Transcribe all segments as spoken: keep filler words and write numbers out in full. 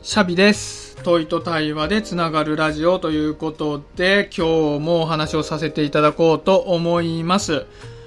シャビです。問いと対話でつながるラジオということで、今日もお話をさせていただこうと思います。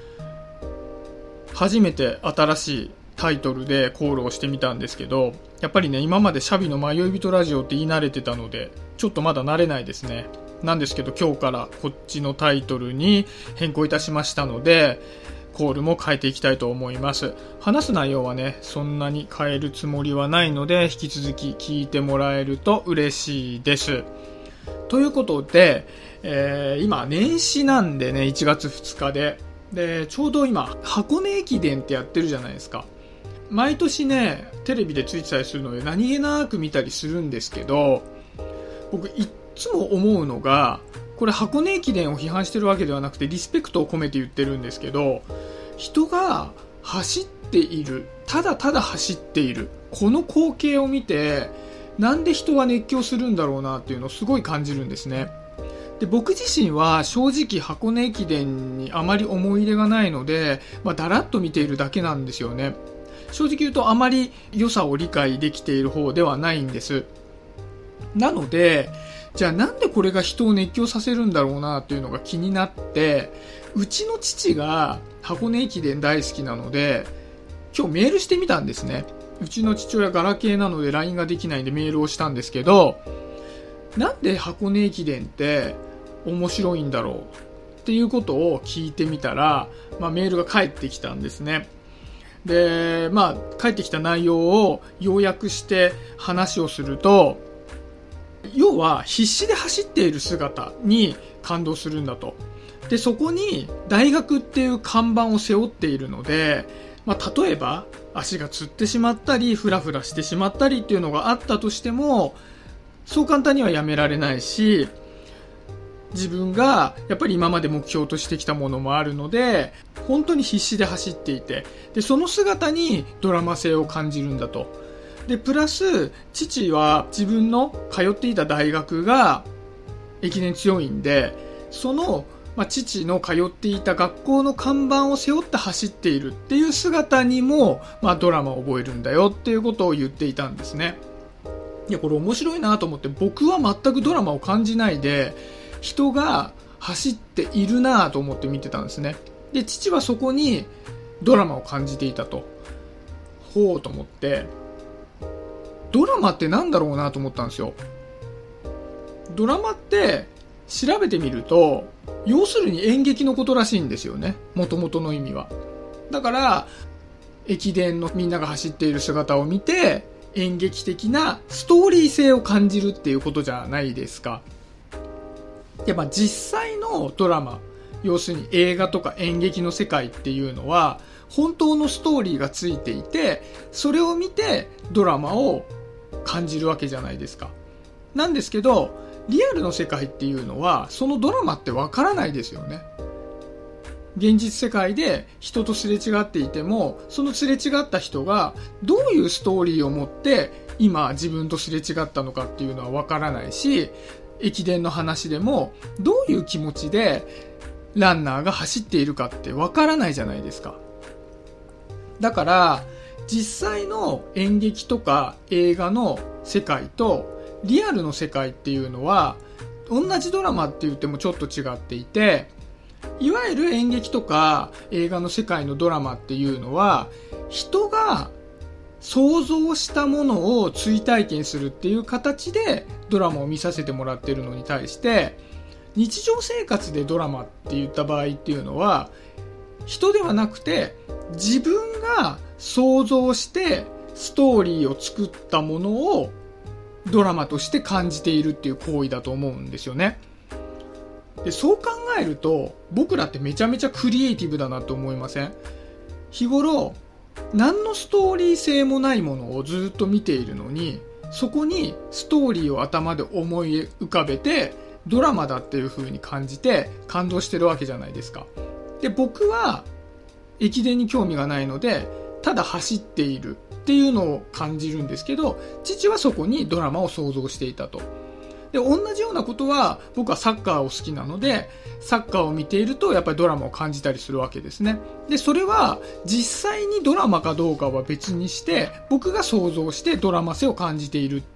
初めて新しいタイトルでコールをしてみたんですけど、やっぱりね、今までシャビの迷い人ラジオって言い慣れてたので、ちょっとまだ慣れないですね。なんですけど、今日からこっちのタイトルに変更いたしましたので、コールも変えていきたいと思います。話す内容はね、そんなに変えるつもりはないので、引き続き聞いてもらえると嬉しいです。ということで、えー、今年始なんでね、いちがつふつかで、で、ちょうど今、箱根駅伝ってやってるじゃないですか。毎年ね、テレビでついてたりするので、何気なく見たりするんですけど、僕いっつも思うのが、これ箱根駅伝を批判してるわけではなくてリスペクトを込めて言ってるんですけど、人が走っている、ただただ走っている、この光景を見てなんで人は熱狂するんだろうなっていうのをすごい感じるんですね。で、僕自身は正直箱根駅伝にあまり思い入れがないので、まあ、だらっと見ているだけなんですよね。正直言うとあまり良さを理解できている方ではないんです。なので、じゃあなんでこれが人を熱狂させるんだろうなっていうのが気になって、うちの父が箱根駅伝大好きなので、今日メールしてみたんですね。うちの父親ガラケーなので ライン ができないんでメールをしたんですけど、なんで箱根駅伝って面白いんだろうっていうことを聞いてみたら、まあ、メールが返ってきたんですね。で、まあ返ってきた内容を要約して話をすると、要は必死で走っている姿に感動するんだと。で、そこに大学っていう看板を背負っているので、まあ、例えば足がつってしまったりフラフラしてしまったりっていうのがあったとしても、そう簡単にはやめられないし、自分がやっぱり今まで目標としてきたものもあるので、本当に必死で走っていて、でその姿にドラマ性を感じるんだと。でプラス父は自分の通っていた大学が駅伝強いんで、その、まあ、父の通っていた学校の看板を背負って走っているっていう姿にも、まあ、ドラマを覚えるんだよっていうことを言っていたんですね。いや、これ面白いなと思って、僕は全くドラマを感じないで人が走っているなと思って見てたんですね。で父はそこにドラマを感じていたと。ほうと思って、ドラマってなんだろうなと思ったんですよ。ドラマって調べてみると、要するに演劇のことらしいんですよね、元々の意味は。だから駅伝のみんなが走っている姿を見て演劇的なストーリー性を感じるっていうことじゃないですか。やっぱ実際のドラマ、要するに映画とか演劇の世界っていうのは本当のストーリーがついていて、それを見てドラマを感じるわけじゃないですか。なんですけどリアルの世界っていうのはそのドラマってわからないですよね。現実世界で人とすれ違っていても、そのすれ違った人がどういうストーリーを持って今自分とすれ違ったのかっていうのはわからないし、駅伝の話でもどういう気持ちでランナーが走っているかってわからないじゃないですか。だから実際の演劇とか映画の世界とリアルの世界っていうのは同じドラマって言ってもちょっと違っていて、いわゆる演劇とか映画の世界のドラマっていうのは人が想像したものを追体験するっていう形でドラマを見させてもらっているのに対して、日常生活でドラマって言った場合っていうのは人ではなくて自分が想像してストーリーを作ったものをドラマとして感じているっていう行為だと思うんですよね。でそう考えると僕らってめちゃめちゃクリエイティブだなと思いません？日頃何のストーリー性もないものをずっと見ているのに、そこにストーリーを頭で思い浮かべてドラマだっていう風に感じて感動してるわけじゃないですか。で僕は駅伝に興味がないのでただ走っているっていうのを感じるんですけど、父はそこにドラマを想像していたと。で同じようなことは僕はサッカーを好きなので、サッカーを見ているとやっぱりドラマを感じたりするわけですね。でそれは実際にドラマかどうかは別にして、僕が想像してドラマ性を感じているっ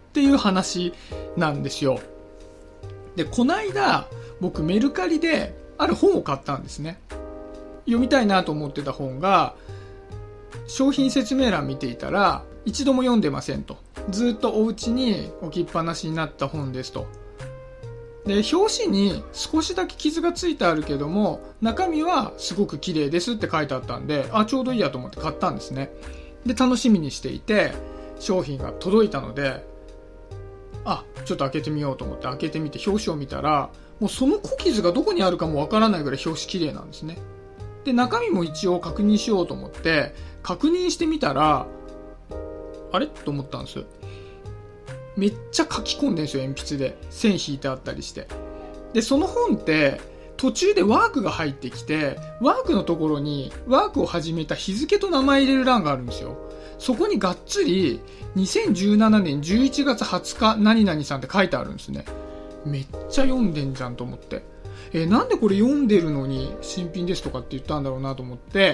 っていう話なんですよ。で、こないだ僕メルカリである本を買ったんですね。読みたいなと思ってた本が、商品説明欄見ていたら一度も読んでませんと、ずっとお家に置きっぱなしになった本ですと。で、表紙に少しだけ傷がついてあるけども中身はすごく綺麗ですって書いてあったんで、あ、ちょうどいいやと思って買ったんですね。で、楽しみにしていて商品が届いたので、あ、ちょっと開けてみようと思って開けてみて表紙を見たら、もうその小傷がどこにあるかもわからないぐらい表紙綺麗なんですね。で、中身も一応確認しようと思って確認してみたら、あれと思ったんです。めっちゃ書き込んでるんですよ、鉛筆で線引いてあったりして。で、その本って途中でワークが入ってきて、ワークのところにワークを始めた日付と名前入れる欄があるんですよ。そこにがっつりにせんじゅうななねんじゅういちがつはつか何々さんって書いてあるんですね。めっちゃ読んでんじゃんと思って、えー、なんでこれ読んでるのに新品ですとかって言ったんだろうなと思って、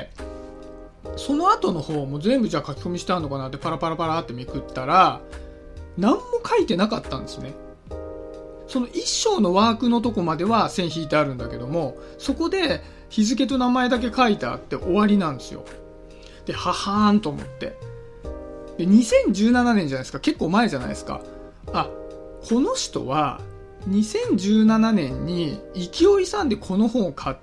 その後の方も全部じゃあ書き込みしてあるのかなってパラパラパラってめくったら何も書いてなかったんですね。その一章のワークのとこまでは線引いてあるんだけども、そこで日付と名前だけ書いてあって終わりなんですよ。で、ははーんと思って、でにせんじゅうななねんじゃないですか、結構前じゃないですか。あ、この人はにせんじゅうななねんに勢い勇んでこの本を買って、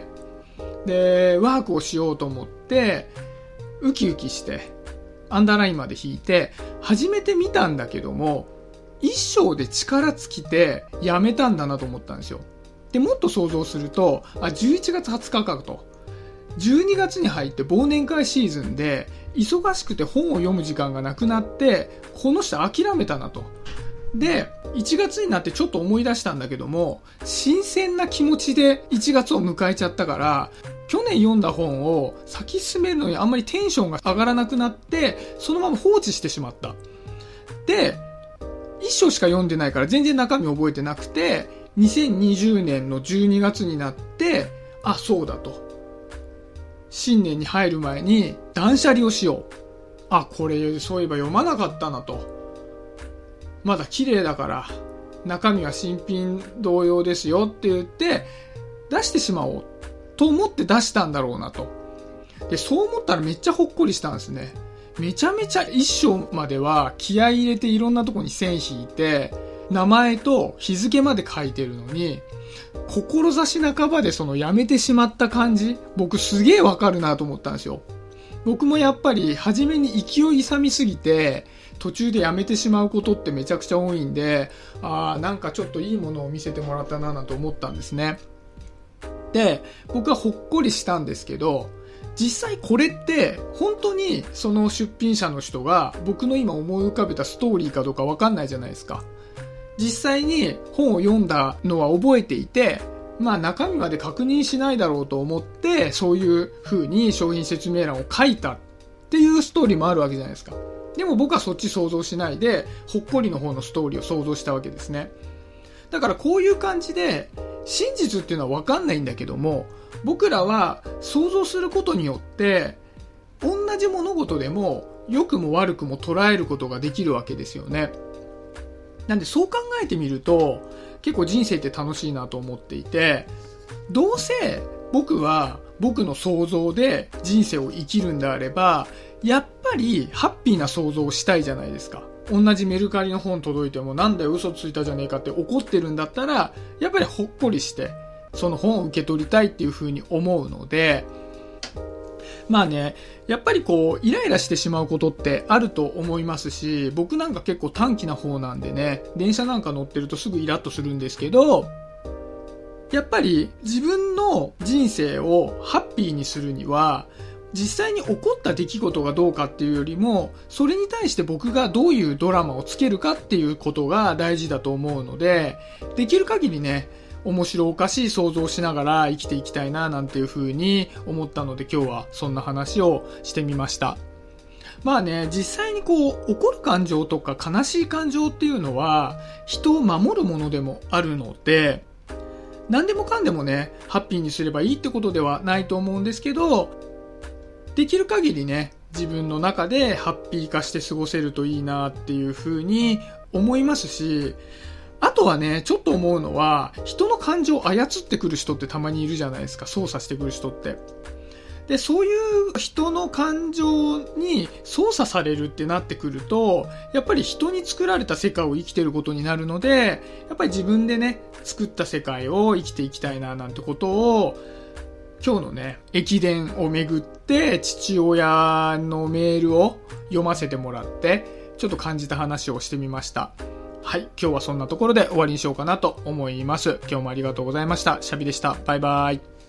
でワークをしようと思ってウキウキしてアンダーラインまで引いて始めてみたんだけども、一章で力尽きてやめたんだなと思ったんですよ。で、もっと想像すると、あ、じゅういちがつはつかかと、じゅうにがつに入って忘年会シーズンで忙しくて本を読む時間がなくなって、この人諦めたなと。で、いちがつになってちょっと思い出したんだけども、新鮮な気持ちでいちがつを迎えちゃったから、去年読んだ本を先進めるのにあんまりテンションが上がらなくなって、そのまま放置してしまった。で、一章しか読んでないから全然中身覚えてなくて、にせんにじゅうねんのじゅうにがつになって、あ、そうだと。新年に入る前に断捨離をしよう。あ、これそういえば読まなかったなと。まだ綺麗だから中身は新品同様ですよって言って出してしまおうと思って出したんだろうなと。で、そう思ったらめっちゃほっこりしたんですね。めちゃめちゃ一章までは気合い入れていろんなとこに線引いて名前と日付まで書いてるのに、志半ばでそのやめてしまった感じ、僕すげえわかるなと思ったんですよ。僕もやっぱり初めに勢い勇みすぎて途中でやめてしまうことってめちゃくちゃ多いんで、あーなんかちょっといいものを見せてもらったななんて思ったんですね。で、僕はほっこりしたんですけど、実際これって本当にその出品者の人が僕の今思い浮かべたストーリーかどうかわかんないじゃないですか。実際に本を読んだのは覚えていて、まあ中身まで確認しないだろうと思ってそういう風に商品説明欄を書いたっていうストーリーもあるわけじゃないですか。でも僕はそっち想像しないでほっこりの方のストーリーを想像したわけですね。だからこういう感じで真実っていうのは分かんないんだけども、僕らは想像することによって同じ物事でも良くも悪くも捉えることができるわけですよね。なんでそう考えてみると結構人生って楽しいなと思っていて、どうせ僕は僕の想像で人生を生きるんであればやっぱりハッピーな想像をしたいじゃないですか。同じメルカリの本届いてもなんだよ嘘ついたじゃねえかって怒ってるんだったらやっぱりほっこりしてその本を受け取りたいっていう風に思うので、まあね、やっぱりこうイライラしてしまうことってあると思いますし、僕なんか結構短気な方なんでね、電車なんか乗ってるとすぐイラッとするんですけど、やっぱり自分の人生をハッピーにするには実際に起こった出来事がどうかっていうよりも、それに対して僕がどういうドラマをつけるかっていうことが大事だと思うので、できる限りね、面白おかしい想像をしながら生きていきたいななんていう風に思ったので、今日はそんな話をしてみました。まあね、実際にこう怒る感情とか悲しい感情っていうのは人を守るものでもあるので、何でもかんでもねハッピーにすればいいってことではないと思うんですけど、できる限りね自分の中でハッピー化して過ごせるといいなっていう風に思いますし、あとはね、ちょっと思うのは、人の感情を操ってくる人ってたまにいるじゃないですか、操作してくる人って。で、そういう人の感情に操作されるってなってくると、やっぱり人に作られた世界を生きてることになるので、やっぱり自分でね、作った世界を生きていきたいな、なんてことを、今日のね、駅伝をめぐって父親のメールを読ませてもらって、ちょっと感じた話をしてみました。はい、今日はそんなところで終わりにしようかなと思います。今日もありがとうございました。シャビでした。バイバイ。